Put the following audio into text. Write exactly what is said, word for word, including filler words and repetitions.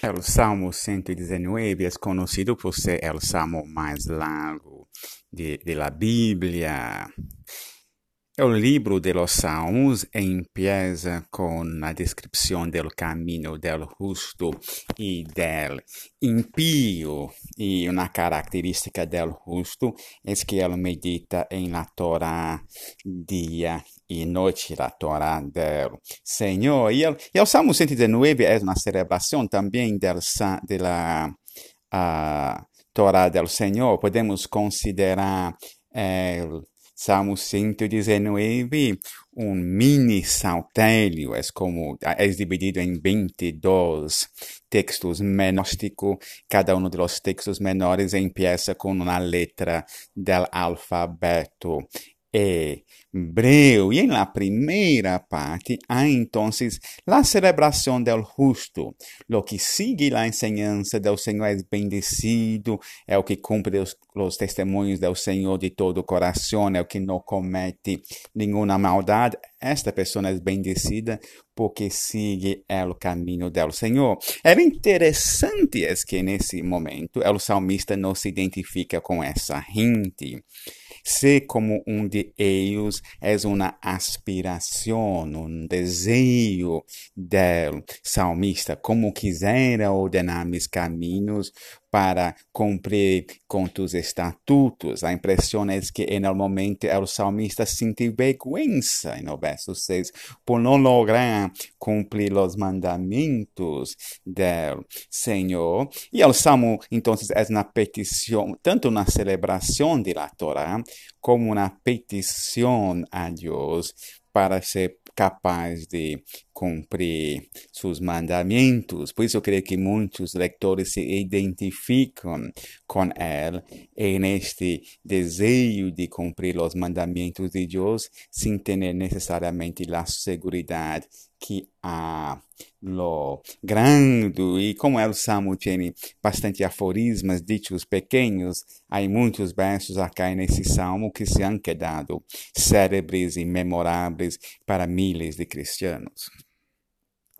El Salmo ciento diecinueve es conocido por ser el salmo más largo de, de la Biblia. El libro de los Salmos empieza con la descripción del camino del justo y del impío. Y una característica del justo es que él medita en la Torah día y noche, la Torah del Señor. Y el, y el Salmo ciento diecinueve es una celebración también del, de la uh, Torah del Señor. Podemos considerar el Salmo ciento diecinueve, un mini salterio, es como, es dividido en veintidós textos menósticos. Cada uno de los textos menores empieza con una letra del alfabeto hebreo. Y en la primera parte hay entonces la celebración del justo. Lo que sigue la enseñanza del Señor es bendecido, é o que cumpre os, los testemunhos del Señor de todo corazón, é o que no comete ninguna maldad. Esta persona es bendecida porque sigue el camino del Señor. Lo interesante es que en ese momento el salmista no se identifica con esa gente. Ser como um de ellos es una aspiración, un deseo del salmista, como quisiera ordenar mis caminos para cumplir con tus estatutos. La impresión es que en el momento el salmista siente vergüenza, en el verso seis, por no lograr cumplir los mandamientos del Señor. Y el salmo entonces es una petición, tanto una celebración de la Torah, como una petición a Dios para ser capaz de cumplir sus mandamientos. Por eso creo que muchos lectores se identifican con él en este deseo de cumplir los mandamientos de Dios sin tener necesariamente la seguridad que ha logrando. Y como el Salmo tiene bastante aforismas, dichos pequeños, hay muchos versos acá en ese Salmo que se han quedado célebres y memorables para miles de cristianos.